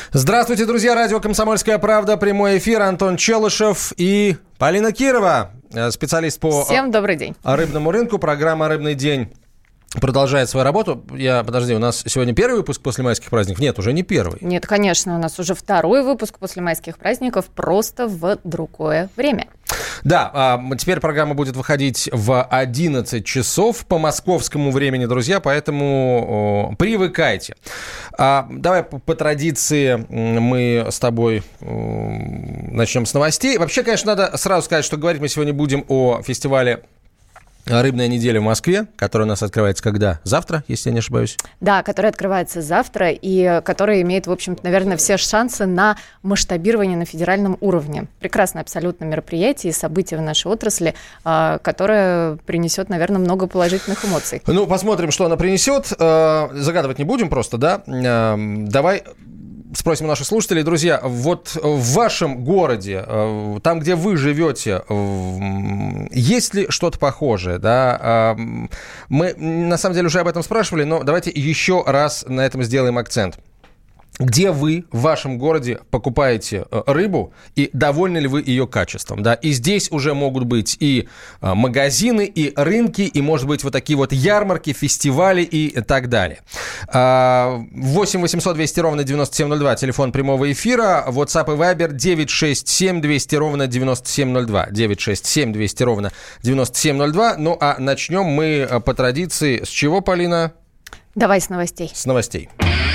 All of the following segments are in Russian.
Здравствуйте, друзья. Радио «Комсомольская правда». Прямой эфир. Антон Челышев и Полина Кирова, специалист по Всем добрый день. Рыбному рынку. Программа «Рыбный день» продолжает свою работу. Подожди, у нас сегодня первый выпуск после майских праздников? Нет, уже не первый. Нет, конечно, у нас уже второй выпуск после майских праздников, просто в другое время. Да, теперь программа будет выходить в 11 часов по московскому времени, друзья, поэтому привыкайте. Давай по традиции мы с тобой начнем с новостей. Вообще, конечно, надо сразу сказать, что говорить мы сегодня будем о фестивале «Рыбная неделя» в Москве, которая у нас открывается когда? Завтра, если я не ошибаюсь? Да, который открывается завтра и который имеет, в общем-то, наверное, все шансы на масштабирование на федеральном уровне. Прекрасное абсолютно мероприятие и событие в нашей отрасли, которое принесет, наверное, много положительных эмоций. Ну, посмотрим, что она принесет. Загадывать не будем просто, да? Давай спросим у наших слушателей. Друзья, вот в вашем городе, там, где вы живете, есть ли что-то похожее? Да? Мы, на самом деле, уже об этом спрашивали, но давайте еще раз на этом сделаем акцент. Где вы в вашем городе покупаете рыбу и довольны ли вы ее качеством? Да? И здесь уже могут быть и магазины, и рынки, и, может быть, вот такие вот ярмарки, фестивали и так далее. 8 800 200 ровно 9702, телефон прямого эфира, WhatsApp и Viber 967 200 ровно 9702, 967 200 ровно 9702. Ну, а начнем мы по традиции с чего, Полина? Давай с новостей. С новостей.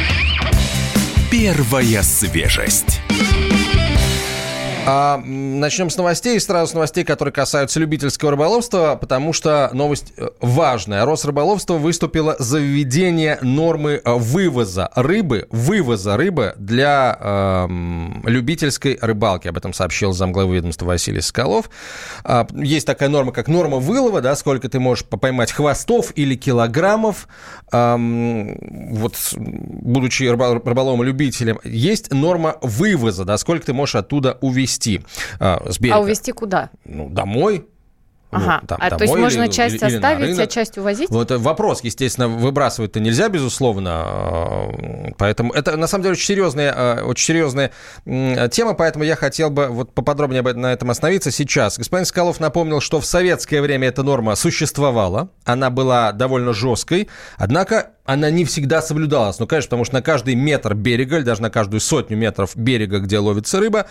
Первая свежесть. Начнем с новостей, сразу с новостей, которые касаются любительского рыболовства, потому что новость важная. Росрыболовство выступило за введение нормы вывоза рыбы для любительской рыбалки. Об этом сообщил замглавы ведомства Василий Соколов. Есть такая норма, как норма вылова, да, сколько ты можешь поймать хвостов или килограммов. Вот, будучи рыболовом-любителем, есть норма вывоза, да, сколько ты можешь оттуда увезти. С берега. А увезти куда? Ну, домой. Ага. Домой, то есть можно часть оставить, а часть увозить? Вот вопрос, естественно, выбрасывать-то нельзя, безусловно. Поэтому это, на самом деле, очень серьезная тема, поэтому я хотел бы вот поподробнее на этом остановиться сейчас. Господин Соколов напомнил, что в советское время эта норма существовала, она была довольно жесткой, однако она не всегда соблюдалась. Ну, конечно, потому что на каждый метр берега, или даже на каждую сотню метров берега, где ловится рыба,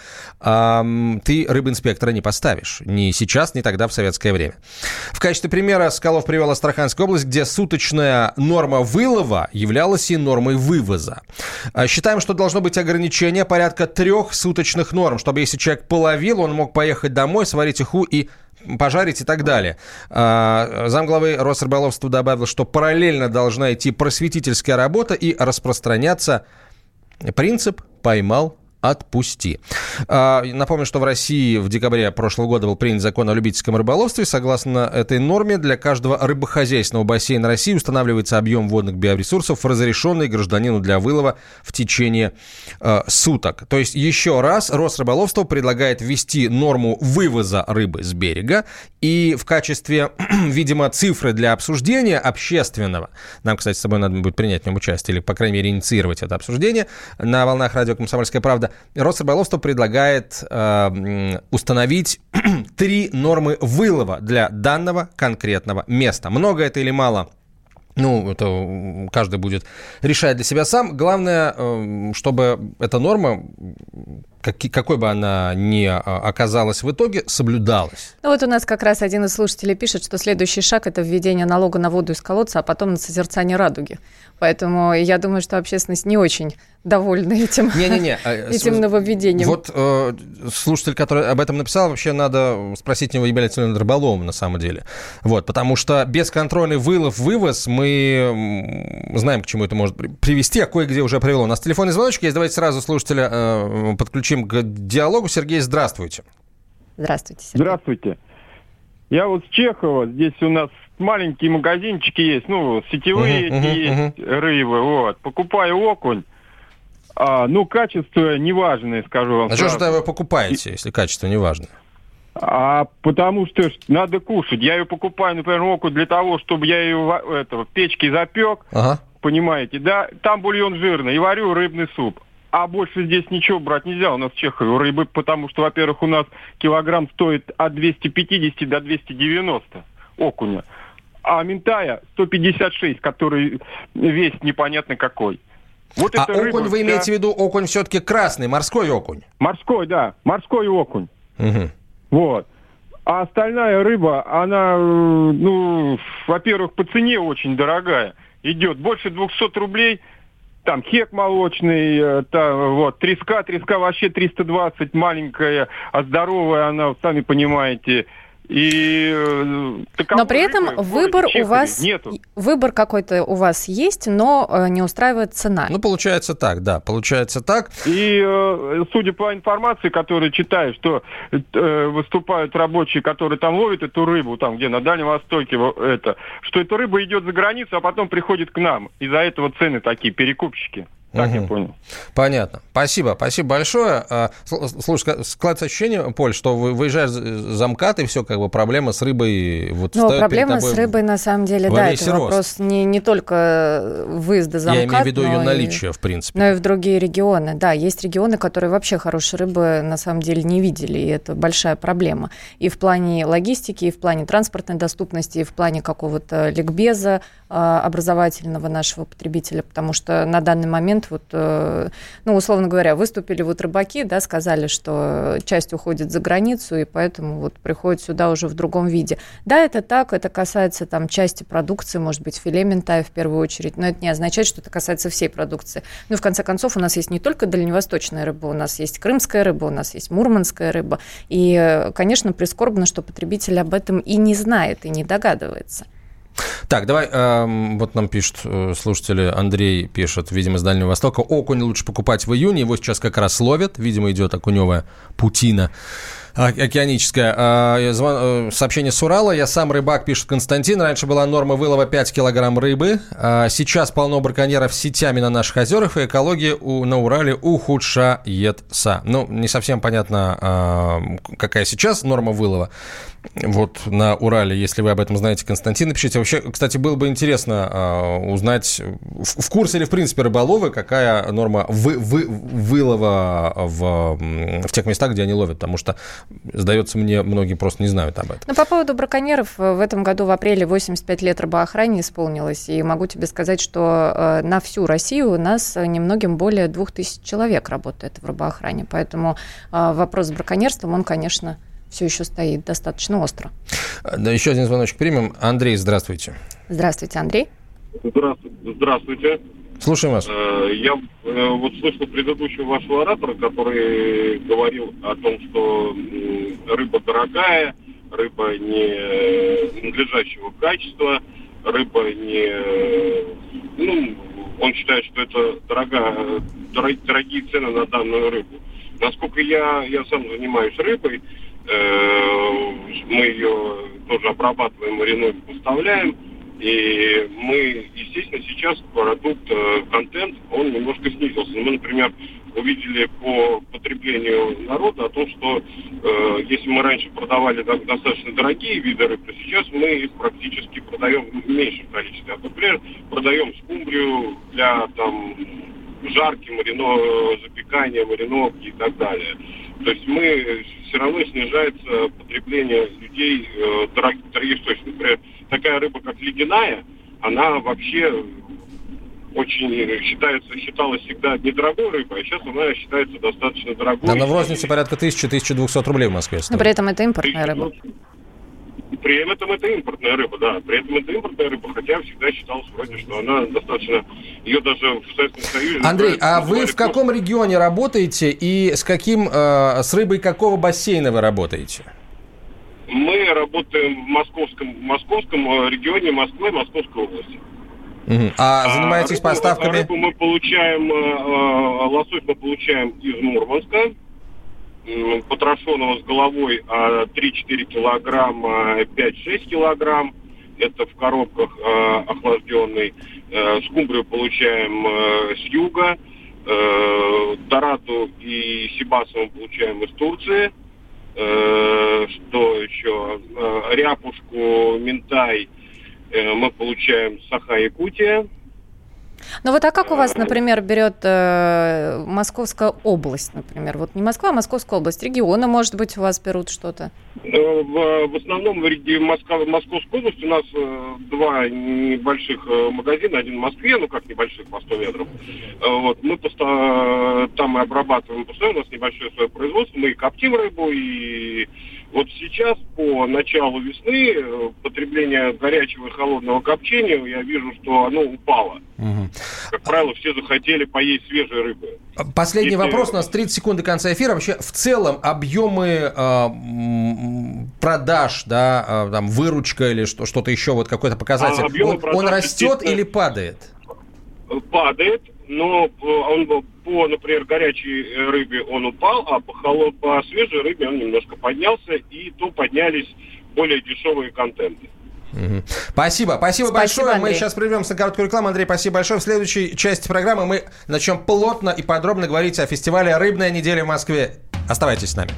ты рыбинспектора не поставишь. Ни сейчас, ни тогда в советское время. В качестве примера Соколов привел Астраханскую область, где суточная норма вылова являлась и нормой вывоза. Считаем, что должно быть ограничение порядка 3 суточных норм, чтобы если человек половил, он мог поехать домой, сварить уху и пожарить и так далее. Замглавы Росрыболовства добавил, что параллельно должна идти просветительская работа и распространяться принцип «поймал, отпусти». Напомню, что в России в декабре прошлого года был принят закон о любительском рыболовстве. Согласно этой норме, для каждого рыбохозяйственного бассейна России устанавливается объем водных биоресурсов, разрешенный гражданину для вылова в течение суток. То есть, еще раз, Росрыболовство предлагает ввести норму вывоза рыбы с берега. И в качестве, видимо, цифры для обсуждения общественного, нам, кстати, с собой надо будет принять в нем участие, или, по крайней мере, инициировать это обсуждение на волнах радио «Комсомольская правда», Росрыболовство предлагает установить 3 нормы вылова для данного конкретного места. Много это или мало? Ну, это каждый будет решать для себя сам. Главное, чтобы эта норма, какой бы она ни оказалась в итоге, соблюдалась. Ну вот у нас как раз один из слушателей пишет, что следующий шаг – это введение налога на воду из колодца, а потом на созерцание радуги. Поэтому я думаю, что общественность не очень довольна этим нововведением. Вот слушатель, который об этом написал, вообще надо спросить него, является ли он рыболовом на самом деле. Вот, потому что бесконтрольный вылов-вывоз, мы знаем, к чему это может привести, а кое-где уже привело. У нас телефонный звоночек есть, давайте сразу слушателя подключим к диалогу. Сергей, здравствуйте. Здравствуйте, Сергей. Здравствуйте. Я вот с Чехова, здесь у нас маленькие магазинчики есть, сетевые есть рыбы, вот. Покупаю окунь, качество неважное, скажу вам. А что же вы покупаете, если качество неважное? Потому что надо кушать. Я ее покупаю, например, окунь для того, чтобы я ее в печке запек, понимаете, да? Там бульон жирный, и варю рыбный суп. А больше здесь ничего брать нельзя у нас в Чехове рыбы, потому что, во-первых, у нас килограмм стоит от 250 до 290 окуня. А минтая 156, который весь непонятно какой. Вот а это окунь, рыба, вы имеете в виду окунь все-таки красный, морской окунь? Морской, да, морской окунь. Угу. Вот. А остальная рыба, она, во-первых, по цене очень дорогая. Идет больше 200 рублей. Там хек молочный, треска вообще 320, маленькая, а здоровая она, сами понимаете. Но при этом выбор у вас нету. Выбор какой-то у вас есть, но не устраивает цена. Ну, получается так, да, получается так. И судя по информации, которую читаю, что выступают рабочие, которые там ловят эту рыбу, там где на Дальнем Востоке, что эта рыба идет за границу, а потом приходит к нам. Из-за этого цены такие, перекупщики. Так я понял. Понятно. Спасибо большое. Слушай, складывается ощущение, Поль, что выезжаешь за МКАД, и все, как бы проблема с рыбой проблема с рыбой, на самом деле, да, это вопрос не только выезда за МКАД, я имею в виду ее наличие, в принципе. Но и в другие регионы. Да, есть регионы, которые вообще хорошей рыбы, на самом деле, не видели, и это большая проблема. И в плане логистики, и в плане транспортной доступности, и в плане какого-то ликбеза образовательного нашего потребителя, потому что на данный момент условно говоря, выступили рыбаки, да, сказали, что часть уходит за границу, и поэтому приходит сюда уже в другом виде. Да, это так, это касается там части продукции, может быть, филе минтая в первую очередь, но это не означает, что это касается всей продукции. Ну и в конце концов у нас есть не только дальневосточная рыба, у нас есть крымская рыба, у нас есть мурманская рыба, и, конечно, прискорбно, что потребитель об этом и не знает, и не догадывается. Так, давай, вот нам пишут слушатели, Андрей пишет, видимо, с Дальнего Востока, окунь лучше покупать в июне, его сейчас как раз ловят, видимо, идет окуневая путина океаническая. Сообщение с Урала. Я сам рыбак, пишет Константин. Раньше была норма вылова 5 килограмм рыбы. Сейчас полно браконьеров с сетями на наших озерах, и экология на Урале ухудшается. Ну, не совсем понятно, какая сейчас норма вылова. Вот на Урале, если вы об этом знаете, Константин, напишите. Вообще, кстати, было бы интересно узнать, в курсе ли, в принципе, рыболовы, какая норма вылова в тех местах, где они ловят, потому что, сдается мне, многие просто не знают об этом. Ну, по поводу браконьеров, в этом году в апреле 85 лет рыбоохране исполнилось, и могу тебе сказать, что на всю Россию у нас немногим более 2000 человек работает в рыбоохране, поэтому вопрос с браконьерством, он, конечно, все еще стоит достаточно остро. Да, еще один звоночек примем. Андрей, здравствуйте. Здравствуйте, Андрей. Здравствуйте. Слушаем вас. Я слышал предыдущего вашего оратора, который говорил о том, что рыба дорогая, рыба не надлежащего качества, рыба не... он считает, что это дорогие цены на данную рыбу. Насколько я сам занимаюсь рыбой, мы ее тоже обрабатываем, маринуем, поставляем. И мы, естественно, сейчас продукт, контент, он немножко снизился. Мы, например, увидели по потреблению народа о том, что если мы раньше продавали достаточно дорогие виды рыб, то сейчас мы их практически продаем в меньшем количестве. Например, продаем скумбрию для жарки, запекания, мариновки и так далее. То есть все равно снижается потребление людей дорогих источников. Например, такая рыба, как ледяная, она вообще очень считалась всегда недорогой рыбой, а сейчас она считается достаточно дорогой. Она в рознице порядка 1000-1200 рублей в Москве стоит. Но при этом это импортная рыба. При этом это импортная рыба, да. При этом это импортная рыба, хотя всегда считалось вроде, что она достаточно... Ее даже в Советском Союзе... Андрей, а вы в каком регионе работаете и с рыбой какого бассейна вы работаете? Мы работаем в московском регионе Москвы, Московской области. А занимаетесь поставками? Рыбу мы получаем, лосось мы получаем из Мурманска, потрошенного с головой 3-4 килограмма, 5-6 килограмм. Это в коробках охлажденный. Скумбрию получаем с юга. Дораду и сибасу мы получаем из Турции. Что еще? Ряпушку, минтай мы получаем с Саха-Якутия. Ну вот, а как у вас, например, берет Московская область, например? Вот не Москва, а Московская область. Регионы, может быть, у вас берут что-то? В основном в Московской области у нас два небольших магазина. Один в Москве, как небольших, по 100 метров. Вот. Мы там и обрабатываем постоянно, у нас небольшое свое производство. Мы и коптим рыбу, и вот сейчас, по началу весны, потребление горячего и холодного копчения, я вижу, что оно упало. Угу. Как правило, все захотели поесть свежей рыбы. Последний вопрос, у нас 30 секунд до конца эфира. Вообще, в целом, объемы продаж, да, там, выручка или что-то еще, вот какой-то показатель, он растет или падает? Падает, но он например, горячей рыбе он упал, а по свежей рыбе он немножко поднялся, и то поднялись более дешевые контенты. Угу. Спасибо большое. Андрей. Мы сейчас прервемся на короткую рекламу. Андрей, спасибо большое. В следующей части программы мы начнем плотно и подробно говорить о фестивале «Рыбная неделя» в Москве. Оставайтесь с нами.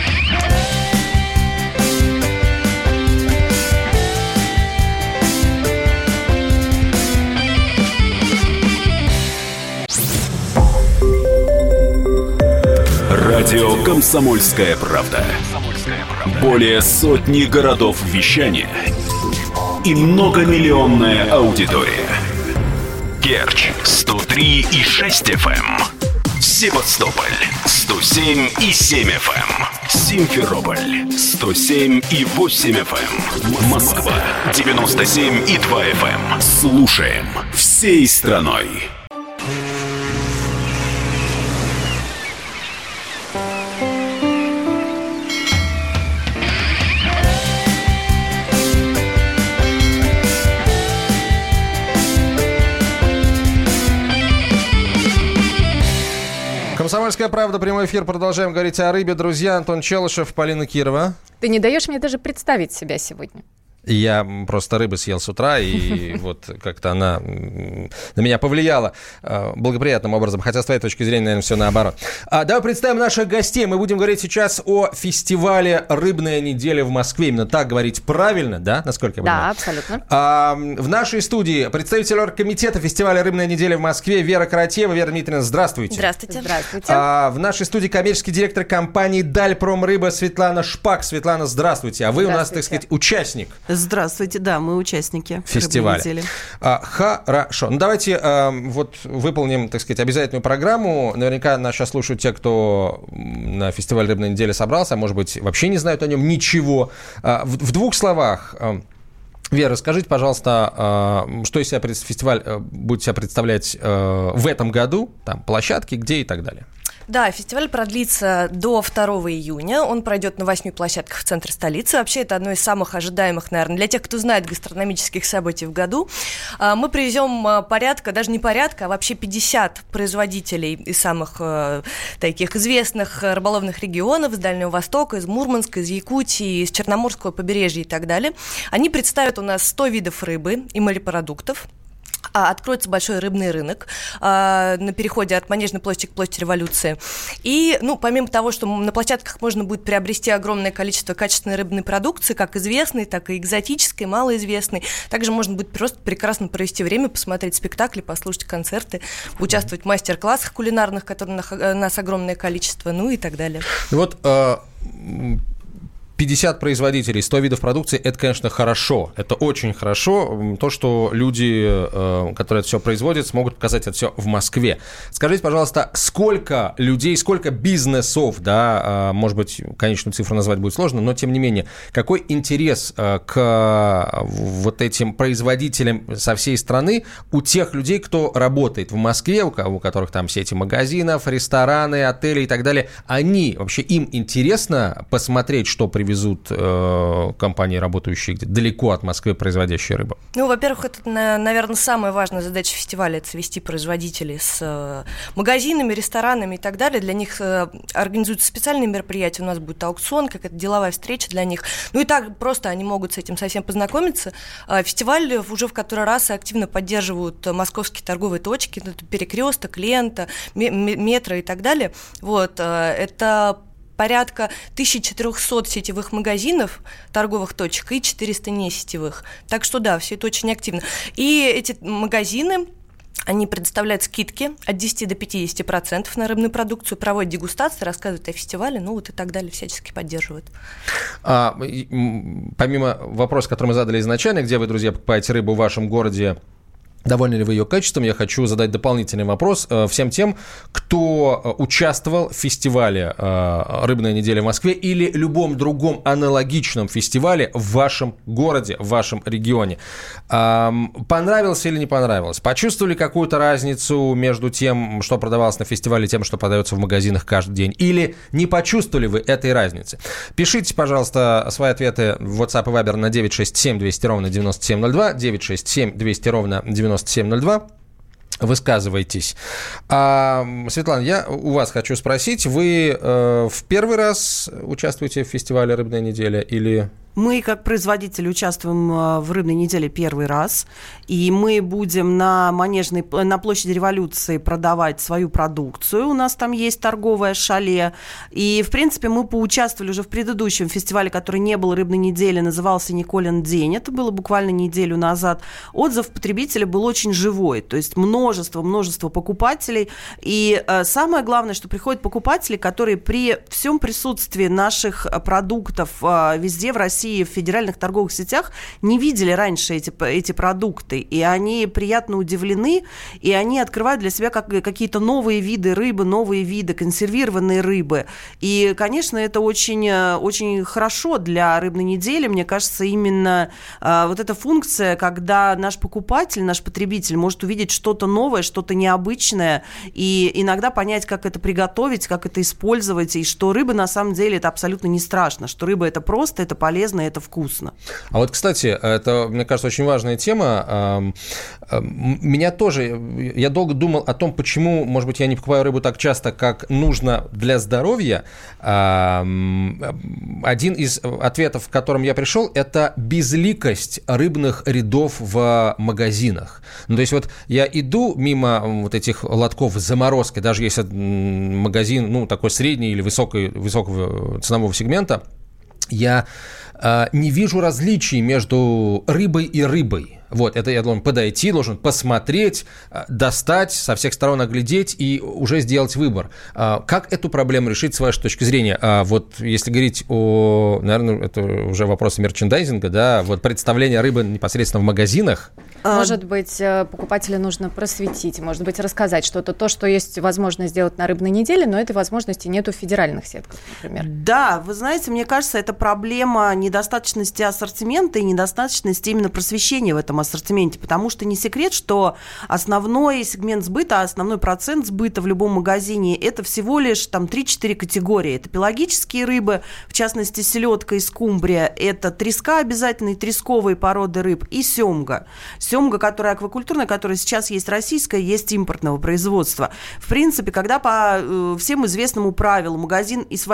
Радио «Комсомольская правда». Более сотни городов вещания и многомиллионная аудитория. Керчь 103,6 FM, Севастополь 107,7 FM, Симферополь 107,8 FM, Москва 97,2 FM. Слушаем всей страной. «Комсомольская правда», прямой эфир. Продолжаем говорить о рыбе. Друзья, Антон Челышев, Полина Кирова. Ты не даешь мне даже представить себя сегодня. Я просто рыбы съел с утра, и вот как-то она на меня повлияла благоприятным образом, хотя с твоей точки зрения, наверное, все наоборот. Давай представим наших гостей. Мы будем говорить сейчас о фестивале «Рыбная неделя» в Москве. Именно так говорить правильно, да, насколько я понимаю? Да, абсолютно. В нашей студии представитель оргкомитета фестиваля «Рыбная неделя» в Москве Вера Каратеева. Вера Дмитриевна, здравствуйте. Здравствуйте. Здравствуйте. В нашей студии коммерческий директор компании «Дальпромрыба» Светлана Шпак. Светлана, здравствуйте. А вы у нас, так сказать, участник. Здравствуйте, да, мы участники фестиваля. Хорошо. Ну, давайте вот выполним, так сказать, обязательную программу. Наверняка нас сейчас слушают те, кто на фестиваль «Рыбная неделя» собрался, а может быть, вообще не знают о нем ничего. В двух словах, Вера, скажите, пожалуйста, что из себя фестиваль будет себя представлять в этом году, там, площадки, где и так далее? Да, фестиваль продлится до 2 июня. Он пройдет на 8 площадках в центре столицы. Вообще, это одно из самых ожидаемых, наверное, для тех, кто знает гастрономических событий в году. Мы привезем порядка, даже не порядка, а вообще 50 производителей из самых таких известных рыболовных регионов, с Дальнего Востока, из Мурманска, из Якутии, из Черноморского побережья и так далее. Они представят у нас 100 видов рыбы и морепродуктов. Откроется большой рыбный рынок на переходе от Манежной площади к площади Революции. И, помимо того, что на площадках можно будет приобрести огромное количество качественной рыбной продукции, как известной, так и экзотической, малоизвестной, также можно будет просто прекрасно провести время, посмотреть спектакли, послушать концерты, участвовать в мастер-классах кулинарных, которых у нас огромное количество, и так далее. Вот 50 производителей, 100 видов продукции – это, конечно, хорошо. Это очень хорошо. То, что люди, которые это все производят, смогут показать это все в Москве. Скажите, пожалуйста, сколько людей, сколько бизнесов, да, может быть, конечную цифру назвать будет сложно, но, тем не менее, какой интерес к вот этим производителям со всей страны у тех людей, кто работает в Москве, у которых там сети магазинов, рестораны, отели и так далее, вообще им интересно посмотреть, что привезут компании, работающие далеко от Москвы, производящие рыбу? Во-первых, это, наверное, самая важная задача фестиваля – это свести производителей с магазинами, ресторанами и так далее. Для них организуются специальные мероприятия, у нас будет аукцион, какая-то деловая встреча для них. И так просто они могут с этим совсем познакомиться. Фестиваль уже в который раз активно поддерживают московские торговые точки, Перекресток, Лента, Метро и так далее. Это порядка 1400 сетевых магазинов, торговых точек и 400 несетевых. Так что да, все это очень активно. И эти магазины Они предоставляют скидки от 10 до 50% на рыбную продукцию, проводят дегустации, рассказывают о фестивале, ну вот и так далее, всячески поддерживают. Помимо вопроса, который мы задали изначально, где вы, друзья, покупаете рыбу в вашем городе, довольны ли вы ее качеством, я хочу задать дополнительный вопрос всем тем, кто участвовал в фестивале «Рыбная неделя» в Москве или любом другом аналогичном фестивале в вашем городе, в вашем регионе. Понравилось или не понравилось? Почувствовали какую-то разницу между тем, что продавалось на фестивале, и тем, что продается в магазинах каждый день? Или не почувствовали вы этой разницы? Пишите, пожалуйста, свои ответы в WhatsApp и Viber на 967-200-97-02, 967-200-97-02. Высказывайтесь. Светлана, я у вас хочу спросить, вы в первый раз участвуете в фестивале «Рыбная неделя» или... Мы, как производители, участвуем в «Рыбной неделе» первый раз, и мы будем на площади Революции продавать свою продукцию. У нас там есть торговое шале, и, в принципе, мы поучаствовали уже в предыдущем фестивале, который не был «Рыбной недели», назывался «Николин день». Это было буквально неделю назад. Отзыв потребителя был очень живой, то есть множество покупателей, и самое главное, что приходят покупатели, которые при всем присутствии наших продуктов везде в России, в федеральных торговых сетях не видели раньше эти продукты, и они приятно удивлены, и они открывают для себя какие-то новые виды рыбы, новые виды консервированной рыбы. И, конечно, это очень, очень хорошо для «Рыбной недели». Мне кажется, именно вот эта функция, когда наш покупатель, наш потребитель может увидеть что-то новое, что-то необычное, и иногда понять, как это приготовить, как это использовать, и что рыба на самом деле это абсолютно не страшно, что рыба это просто, это полезно, это вкусно. А вот, кстати, это, мне кажется, очень важная тема. Меня тоже... Я долго думал о том, почему, может быть, я не покупаю рыбу так часто, как нужно для здоровья. Один из ответов, к которым я пришел, это безликость рыбных рядов в магазинах. Ну, то есть вот я иду мимо вот этих лотков с заморозкой, даже если магазин, ну, такой средний или высокого ценового сегмента, я не вижу различий между рыбой и рыбой. Вот, это я должен подойти, должен посмотреть, достать, со всех сторон оглядеть и уже сделать выбор. Как эту проблему решить с вашей точки зрения? Вот если говорить о, наверное, это уже вопросы мерчендайзинга, да, вот представление рыбы непосредственно в магазинах. Может быть, покупателя нужно просветить, может быть, рассказать что-то, то, что есть возможность сделать на «Рыбной неделе», но этой возможности нет в федеральных сетках, например. Да, вы знаете, мне кажется, это проблема недостаточности ассортимента и недостаточности именно просвещения в этом ассортименте, потому что не секрет, что основной сегмент сбыта, основной процент сбыта в любом магазине – это всего лишь там 3-4 категории. Это пелагические рыбы, в частности, селедка и скумбрия, это треска обязательно, и тресковые породы рыб, и семга. Семга, которая аквакультурная, которая сейчас есть российская, есть импортного производства. В принципе, когда по всем известному правилу магазин из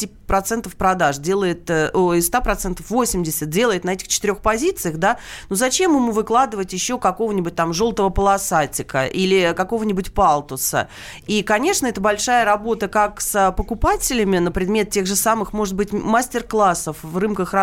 80% продаж делает, из 100% 80% делает на этих 4 позициях, да, ну зачем ему выкладывать еще какого-нибудь там желтого полосатика или какого-нибудь палтуса? И, конечно, это большая работа как с покупателями на предмет тех же самых, может быть, мастер-классов в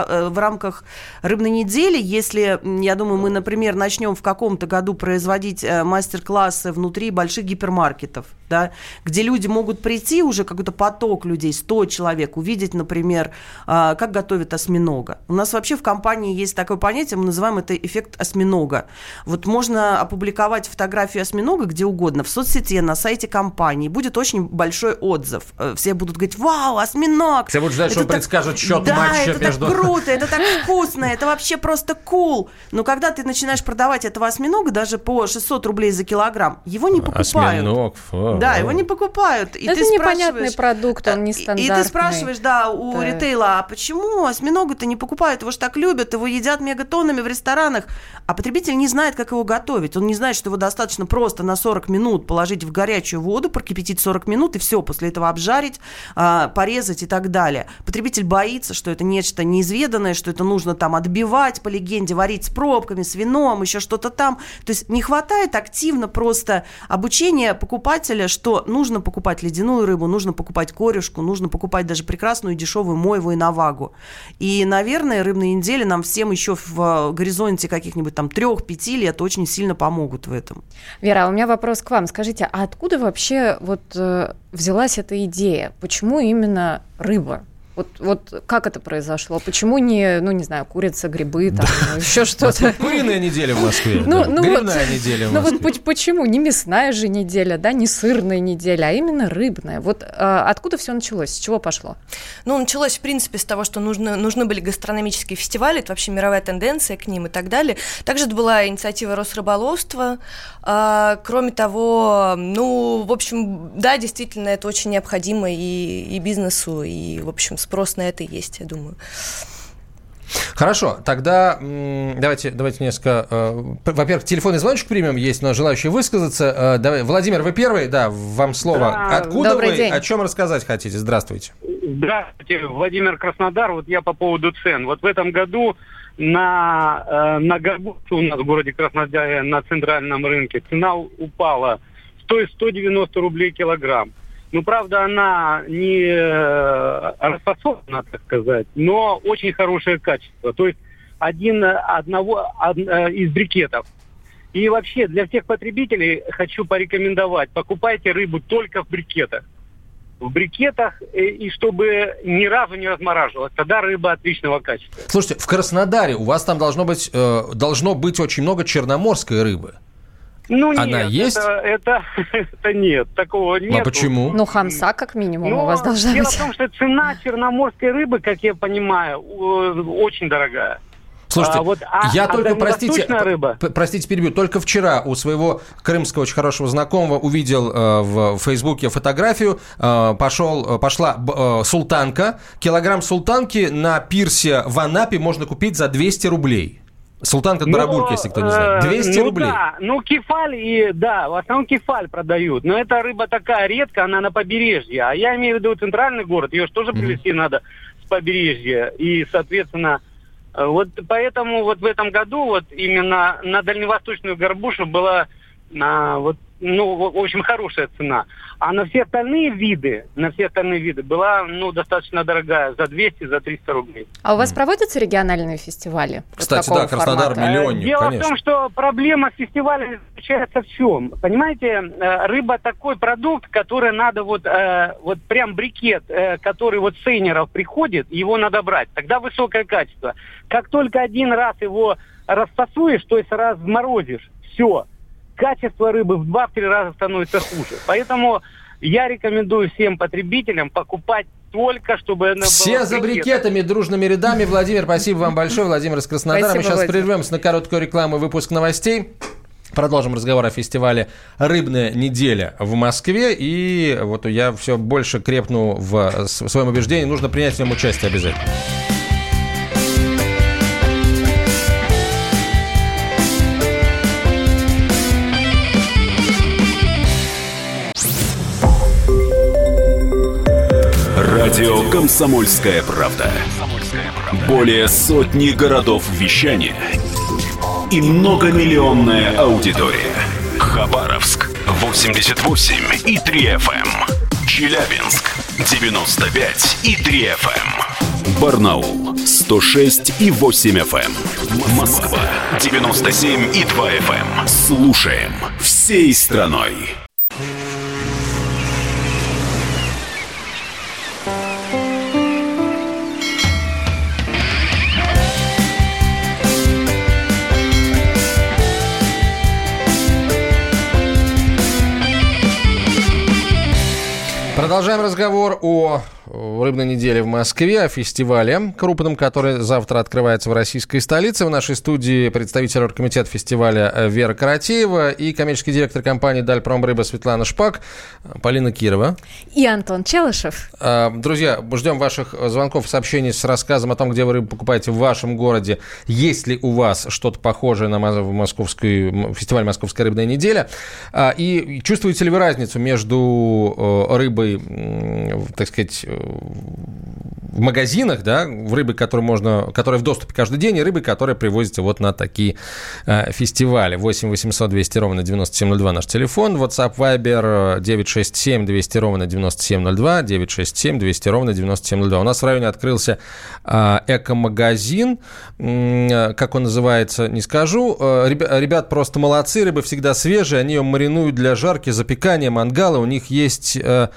рамках «Рыбной недели». Если, я думаю, мы, например, начнем в каком-то году производить мастер-классы внутри больших гипермаркетов, да, где люди могут прийти, уже какой-то поток людей, 100 человек, увидеть, например, как готовят осьминога. У нас вообще в компании есть такое понятие, мы называем это эффект осьминога. Вот можно опубликовать фотографию осьминога где угодно, в соцсети, на сайте компании, будет очень большой отзыв. Все будут говорить: вау, осьминог! Все будут ждать, что предскажут счет матча это между... так круто, это так вкусно, это вообще просто cool. Но когда ты начинаешь продавать этого осьминога даже по 600 рублей за килограмм, его не покупают. Осьминог, да, его не покупают. И это непонятный продукт, он нестандартный. И ты спрашиваешь, да, у ритейла, а почему осьминога-то не покупают? Его же так любят, его едят мегатоннами в ресторанах. А потребитель не знает, как его готовить. Он не знает, что его достаточно просто на 40 минут положить в горячую воду, прокипятить 40 минут и все, после этого обжарить, порезать и так далее. Потребитель боится, что это нечто неизведанное, что это нужно там отбивать, по легенде, варить с пробками, с вином, еще что-то там. То есть не хватает активно просто обучения покупателя, что нужно покупать ледяную рыбу, нужно покупать корюшку, нужно покупать даже прекрасную дешевую мойву и навагу. И, наверное, «Рыбные недели» нам всем еще в горизонте каких-нибудь там 3-5 лет очень сильно помогут в этом. Вера, у меня вопрос к вам. Скажите, а откуда вообще взялась эта идея? Почему именно рыба? Вот как это произошло? Почему не курица, грибы, там, еще что-то? Куриная неделя в Москве, грибная неделя в Москве. Почему? Не мясная же неделя, да, не сырная неделя, а именно рыбная. Откуда все началось? С чего пошло? Началось, в принципе, с того, что нужны были гастрономические фестивали, это вообще мировая тенденция к ним и так далее. Также это была инициатива Росрыболовства. Кроме того, в общем, да, действительно, это очень необходимо и бизнесу, и, в общем, спрос на это есть, я думаю. Хорошо, тогда давайте несколько... Во-первых, телефонный звоночек примем, есть, но желающие высказаться. Владимир, вы первый? Да, вам слово. Да. Откуда Добрый вы? день. О чем рассказать хотите? Здравствуйте. Здравствуйте, Владимир, Краснодар. Я по поводу цен. В этом году на горбушу у нас в городе Краснодаре на центральном рынке цена упала. Стоит 190 рублей килограмм. Правда, она не расфасована, так сказать, но очень хорошее качество. То есть один из брикетов. И вообще для всех потребителей хочу порекомендовать: покупайте рыбу только в брикетах. В брикетах, и чтобы ни разу не размораживалась. Тогда рыба отличного качества. Слушайте, в Краснодаре у вас там должно быть очень много черноморской рыбы. Она нет, есть? Это нет, такого нет. А почему? Хамса как минимум у вас должна дело быть. в том, что цена черноморской рыбы, как я понимаю, очень дорогая. Слушайте, рыба. Простите, перебью, только вчера у своего крымского очень хорошего знакомого увидел в Фейсбуке фотографию, пошла султанка, килограмм султанки на пирсе в Анапе можно купить за 200 рублей. Султанка Барабулька, если кто не знает. 200 рублей. Да, кефаль, в основном кефаль продают. Но эта рыба такая редкая, она на побережье. А я имею в виду центральный город, ее же тоже привезти надо с побережья. И, соответственно, поэтому в этом году именно на дальневосточную горбушу была, в общем, хорошая цена. А на все остальные виды была, достаточно дорогая, за 200, за 300 рублей. А у вас проводятся региональные фестивали? Кстати, да, Краснодар миллионник, Дело конечно. в том, что проблема фестиваля заключается в чем? Понимаете, рыба такой продукт, который надо прям брикет, который с сейнеров приходит, его надо брать. Тогда высокое качество. Как только один раз его расфасуешь, то есть разморозишь, все. Качество рыбы в 2-3 раза становится хуже. Поэтому я рекомендую всем потребителям покупать только, чтобы она Все была за брикетами, дружными рядами. Владимир, спасибо вам большое. Владимир из Краснодара. Мы сейчас прервемся на короткую рекламу и выпуск новостей. Продолжим разговор о фестивале «Рыбная неделя» в Москве. И я все больше крепну в своем убеждении. Нужно принять в нем участие обязательно. Радио «Комсомольская правда». Более сотни городов вещания и многомиллионная аудитория. Хабаровск 88,3 FM. Челябинск 95,3 FM. Барнаул 106,8 FM. Москва 97,2 FM. Слушаем всей страной. Продолжаем разговор о рыбной неделе в Москве, о фестивале крупном, который завтра открывается в российской столице. В нашей студии представитель оргкомитета фестиваля Вера Каратеева и коммерческий директор компании «Дальпромрыба» Светлана Шпак, Полина Кирова. И Антон Челышев. Друзья, ждем ваших звонков, сообщений с рассказом о том, где вы рыбу покупаете в вашем городе. Есть ли у вас что-то похожее на фестиваль «Московская рыбная неделя»? И чувствуете ли вы разницу между рыбой, так сказать, в магазинах, да, рыбы, которые в доступе каждый день, и рыбы, которые привозятся вот на такие фестивали. 8 800 200 ровно 9702 наш телефон. WhatsApp, Viber 967 200 ровно 9702, 967 200 ровно 9702. У нас в районе открылся эко-магазин. Как он называется, не скажу. Ребят просто молодцы, рыба всегда свежая, они ее маринуют для жарки, запекания, мангала. У них есть...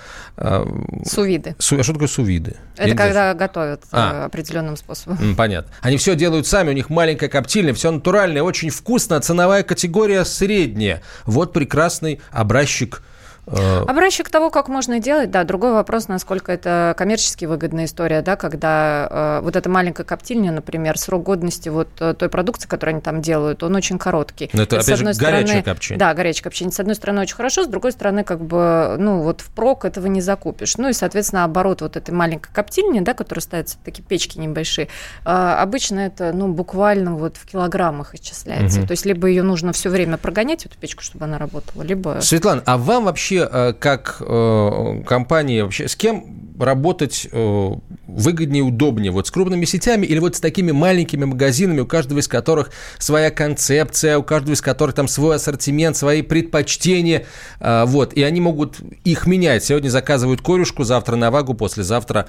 Сувиды. Что такое сувиды? Это когда готовят определенным способом. Понятно. Они все делают сами, у них маленькая коптильня, все натуральное, очень вкусно, ценовая категория средняя. Вот прекрасный образчик. Образчик того, как можно делать, да. Другой вопрос, насколько это коммерчески выгодная история, да, когда вот эта маленькая коптильня, например, срок годности вот той продукции, которую они там делают, он очень короткий. Но это, опять же, горячее копчение. Да, горячее копчение. С одной стороны, очень хорошо, с другой стороны, как бы, ну, вот впрок этого не закупишь. Ну, и, соответственно, оборот вот этой маленькой коптильни, да, которая ставится в такие печки небольшие, обычно это, ну, буквально вот в килограммах исчисляется. То есть, либо ее нужно все время прогонять, эту печку, чтобы она работала, либо... Светлана, а вам вообще как компании, вообще с кем работать выгоднее, удобнее? Вот с крупными сетями или вот с такими маленькими магазинами, у каждого из которых своя концепция, у каждого из которых там свой ассортимент, свои предпочтения, вот, и они могут их менять. Сегодня заказывают корюшку, завтра навагу, послезавтра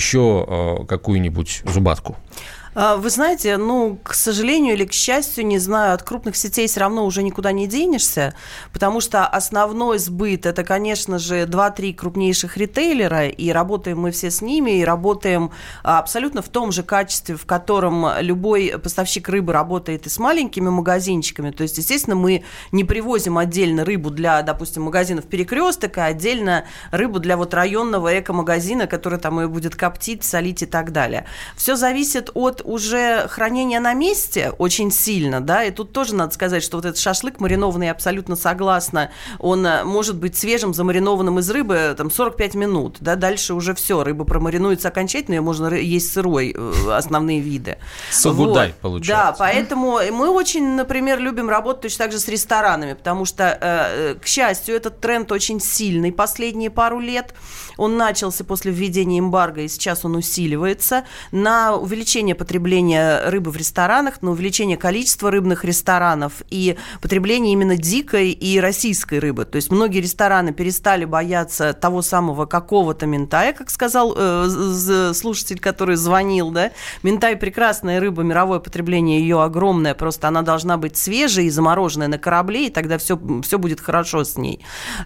еще какую-нибудь зубатку. Вы знаете, ну, к сожалению или к счастью, не знаю, от крупных сетей все равно уже никуда не денешься, потому что основной сбыт – это, конечно же, 2-3 крупнейших ритейлера, и работаем мы все с ними, и работаем абсолютно в том же качестве, в котором любой поставщик рыбы работает и с маленькими магазинчиками. То есть, естественно, мы не привозим отдельно рыбу для, допустим, магазинов «Перекресток», а отдельно рыбу для вот районного эко-магазина, который там ее будет коптить, солить и так далее. Все зависит от уже хранение на месте очень сильно, да, и тут тоже надо сказать, что вот этот шашлык маринованный, я абсолютно согласна, он может быть свежим, замаринованным из рыбы, там, 45 минут, да, дальше уже все, рыба промаринуется окончательно, ее можно есть сырой, основные виды. Сугудай, вот. Получается. Да, поэтому мы очень, например, любим работать точно так же с ресторанами, потому что, к счастью, этот тренд очень сильный последние пару лет, он начался после введения эмбарго, и сейчас он усиливается, на увеличение потребления рыбы в ресторанах, на увеличение количества рыбных ресторанов и потребление именно дикой и российской рыбы. То есть многие рестораны перестали бояться того самого какого-то минтая, как сказал слушатель, который звонил, да. Минтай – прекрасная рыба, мировое потребление ее огромное, просто она должна быть свежей и замороженная на корабле, и тогда все будет хорошо с ней.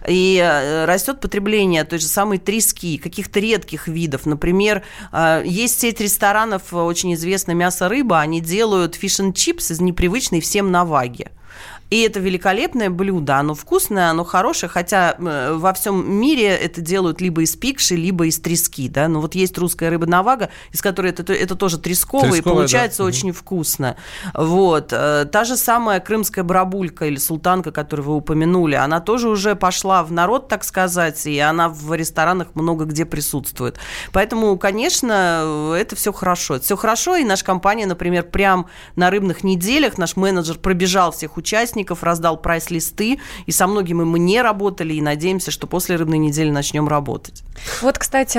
И растет потребление той же самой трески, каких-то редких видов. Например, есть сеть ресторанов, очень известная «Мясо-рыба», они делают фиш-н-чипс из непривычной всем наваги. И это великолепное блюдо, оно вкусное, оно хорошее, хотя во всем мире это делают либо из пикши, либо из трески, да, но вот есть русская рыба навага, из которой это тоже тресковая, и получается да. Очень вкусно. Вот. Та же самая крымская барабулька или султанка, которую вы упомянули, она тоже уже пошла в народ, так сказать, и она в ресторанах много где присутствует. Поэтому, конечно, это все хорошо. Это все хорошо, и наша компания, например, прям на рыбных неделях, наш менеджер пробежал всех участников, раздал прайс-листы, и со многими мы не работали, и надеемся, что после рыбной недели начнем работать. Вот, кстати,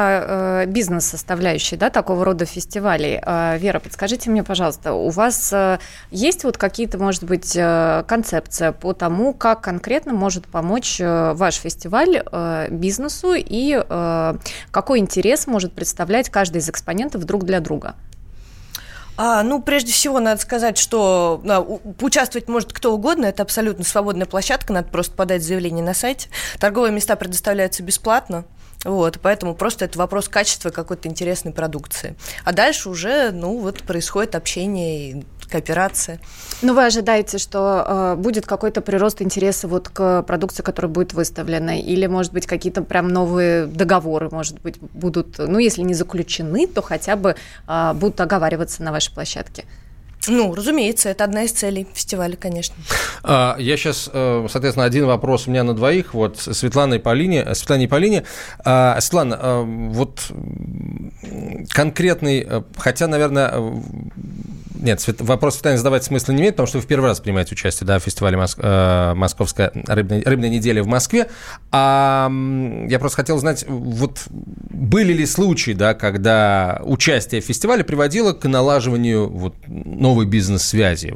о бизнес-составляющей, да, такого рода фестивалей. Вера, подскажите мне, пожалуйста, у вас есть вот какие-то, может быть, концепция по тому, как конкретно может помочь ваш фестиваль бизнесу и какой интерес может представлять каждый из экспонентов друг для друга? Ну, прежде всего, надо сказать, что участвовать может кто угодно, это абсолютно свободная площадка, надо просто подать заявление на сайте. Торговые места предоставляются бесплатно, вот, поэтому просто это вопрос качества какой-то интересной продукции. А дальше уже, происходит общение и кооперация. Но вы ожидаете, что будет какой-то прирост интереса вот к продукции, которая будет выставлена, или, может быть, какие-то прям новые договоры, может быть, будут, если не заключены, то хотя бы будут оговариваться на вашей площадке? Разумеется, это одна из целей фестиваля, конечно. Я сейчас, соответственно, один вопрос у меня на двоих, вот Светлане и Полине. Светлана, вот конкретный, хотя, наверное, Нет, вопрос Светлане задавать смысла не имеет, потому что вы в первый раз принимаете участие, да, в фестивале «Московская рыбная неделя» в Москве. Я просто хотел знать, вот были ли случаи, да, когда участие в фестивале приводило к налаживанию вот новой бизнес-связи?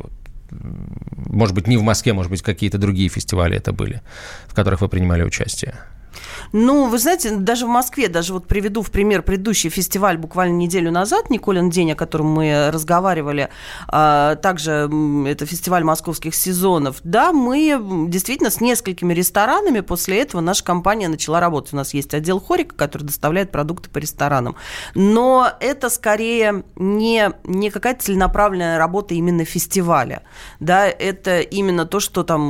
Может быть, не в Москве, может быть, какие-то другие фестивали это были, в которых вы принимали участие? Ну, вы знаете, даже в Москве, даже вот приведу в пример предыдущий фестиваль буквально неделю назад, Николин день, о котором мы разговаривали, также это фестиваль московских сезонов, да, мы действительно с несколькими ресторанами после этого наша компания начала работать. У нас есть отдел хорика, который доставляет продукты по ресторанам. Но это скорее не какая-то целенаправленная работа именно фестиваля, да, это именно то, что там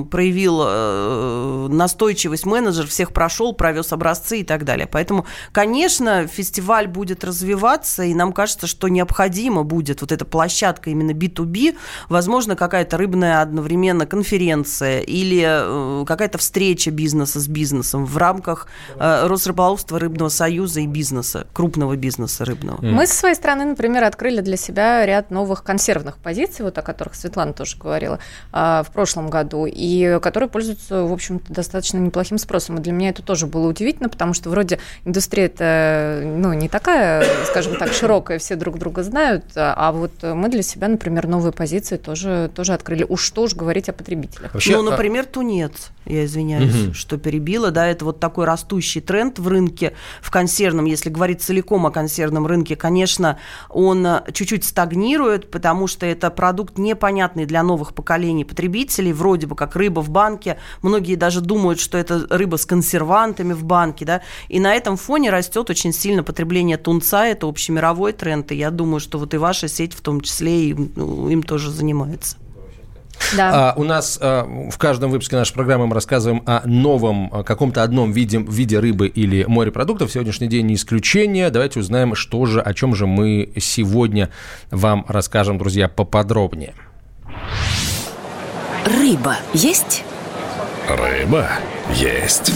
проявил настойчивость менеджер, всех прошел, провез образцы и так далее. Поэтому, конечно, фестиваль будет развиваться, и нам кажется, что необходимо будет вот эта площадка именно B2B, возможно, какая-то рыбная одновременно конференция или какая-то встреча бизнеса с бизнесом в рамках Росрыболовства, Рыбного союза и бизнеса, крупного бизнеса рыбного. Мы со своей стороны, например, открыли для себя ряд новых консервных позиций, вот о которых Светлана тоже говорила в прошлом году, и которые пользуются, в общем-то, достаточно неплохим спросом. И для меня это тоже было удивительно, потому что вроде индустрия-то, не такая, скажем так, широкая, все друг друга знают, а вот мы для себя, например, новые позиции тоже открыли. Уж что уж говорить о потребителях. Вообще, например, тунец, я извиняюсь, что перебила, да, это вот такой растущий тренд в рынке, в консервном, если говорить целиком о консервном рынке, конечно, он чуть-чуть стагнирует, потому что это продукт непонятный для новых поколений потребителей, вроде бы как рыба в банке, многие даже думают, что это рыба с консервантами в банке, да, и на этом фоне растет очень сильно потребление тунца, это общемировой тренд, и я думаю, что вот и ваша сеть в том числе им тоже занимается. Да. У нас в каждом выпуске нашей программы мы рассказываем о новом, каком-то одном виде рыбы или морепродуктов. Сегодняшний день не исключение. Давайте узнаем, о чем же мы сегодня вам расскажем, друзья, поподробнее. Рыба есть? Рыба есть.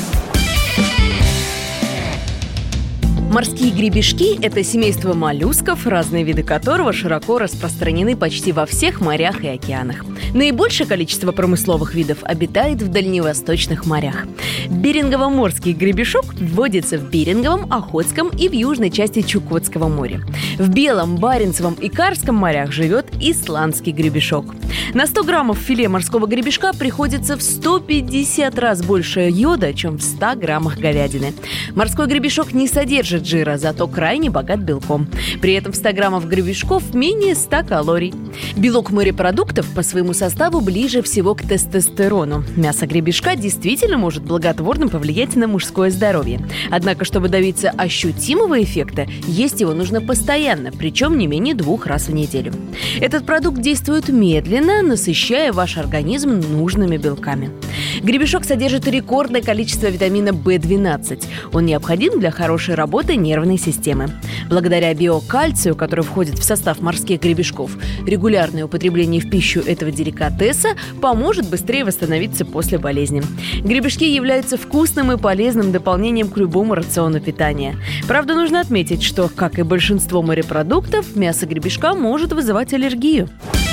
Морские гребешки – это семейство моллюсков, разные виды которого широко распространены почти во всех морях и океанах. Наибольшее количество промысловых видов обитает в дальневосточных морях. Берингово-морский гребешок водится в Беринговом, Охотском и в южной части Чукотского моря. В Белом, Баренцевом и Карском морях живет исландский гребешок. На 100 граммов филе морского гребешка приходится в 150 раз больше йода, чем в 100 граммах говядины. Морской гребешок не содержит жира, зато крайне богат белком. При этом в 100 граммов гребешков менее 100 калорий. Белок морепродуктов по своему составу ближе всего к тестостерону. Мясо гребешка действительно может благотворно повлиять на мужское здоровье. Однако, чтобы добиться ощутимого эффекта, есть его нужно постоянно, причем не менее 2 раз в неделю. Этот продукт действует медленно, насыщая ваш организм нужными белками. Гребешок содержит рекордное количество витамина В12. Он необходим для хорошей работы нервной системы. Благодаря биокальцию, который входит в состав морских гребешков, регулярное употребление в пищу этого деликатеса поможет быстрее восстановиться после болезни. Гребешки являются вкусным и полезным дополнением к любому рациону питания. Правда, нужно отметить, что, как и большинство морепродуктов, мясо гребешка может вызывать аллергию.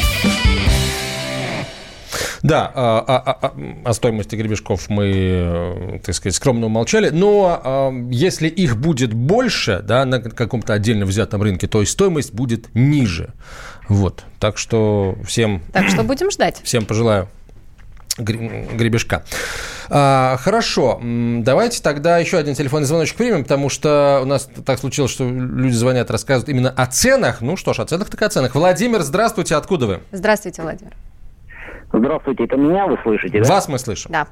Да, о стоимости гребешков мы, так сказать, скромно умолчали, но если их будет больше, да, на каком-то отдельно взятом рынке, то и стоимость будет ниже. Вот, так что всем... Так что будем ждать. Всем пожелаю гребешка. Хорошо, давайте тогда еще один телефонный звоночек примем, потому что у нас так случилось, что люди звонят, рассказывают именно о ценах. Ну что ж, о ценах так о ценах. Владимир, здравствуйте, откуда вы? Здравствуйте, Владимир. Здравствуйте, это меня вы слышите, да? Вас мы слышим. Да.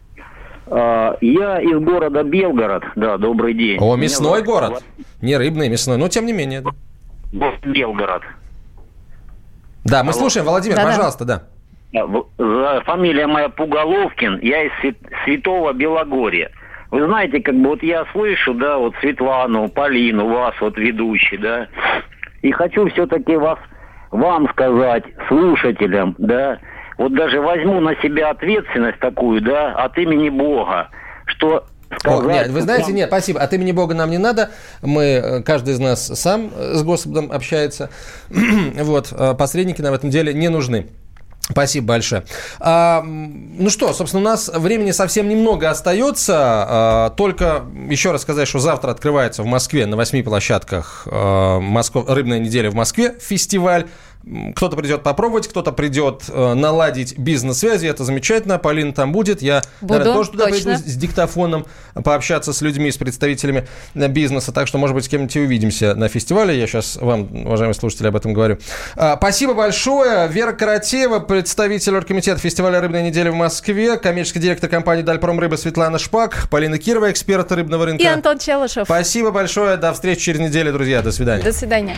Я из города Белгород, да, добрый день. О, мясной город, не рыбный, мясной, но тем не менее, да. Белгород. Да, мы слушаем, Владимир, пожалуйста, да. Фамилия моя Пуголовкин, я из Святого Белогорья. Вы знаете, как бы вот я слышу, да, вот Светлану, Полину, вас вот ведущий, да, и хочу все-таки вам сказать, слушателям, да, вот даже возьму на себя ответственность такую, да, от имени Бога, что Нет, вы знаете, нет, спасибо. От имени Бога нам не надо. Каждый из нас сам с Господом общается. Вот, посредники нам в этом деле не нужны. Спасибо большое. Ну что, собственно, у нас времени совсем немного остается. Только еще раз сказать, что завтра открывается в Москве на 8 площадках «Рыбная неделя в Москве» фестиваль. Кто-то придет попробовать, кто-то придет наладить бизнес-связи. Это замечательно. Полина там будет. Я, наверное, тоже туда приду с диктофоном пообщаться с людьми, с представителями бизнеса. Так что, может быть, с кем-нибудь и увидимся на фестивале. Я сейчас вам, уважаемые слушатели, об этом говорю. Спасибо большое. Вера Каратеева, представитель оргкомитета фестиваля «Рыбная неделя» в Москве, коммерческий директор компании «Дальпромрыба» Светлана Шпак, Полина Кирова, эксперт рыбного рынка. И Антон Челышев. Спасибо большое. До встречи через неделю, друзья. До свидания. До свидания.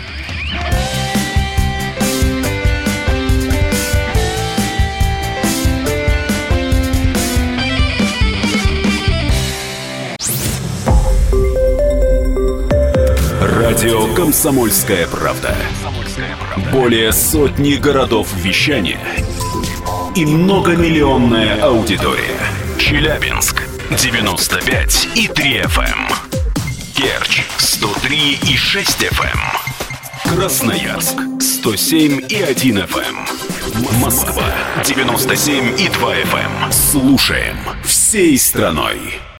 Радио «Комсомольская правда». Более сотни городов вещания и многомиллионная аудитория. Челябинск 95,3 FM. Керчь 103,6 FM. Красноярск 107,1 FM. Москва 97,2 FM. Слушаем всей страной.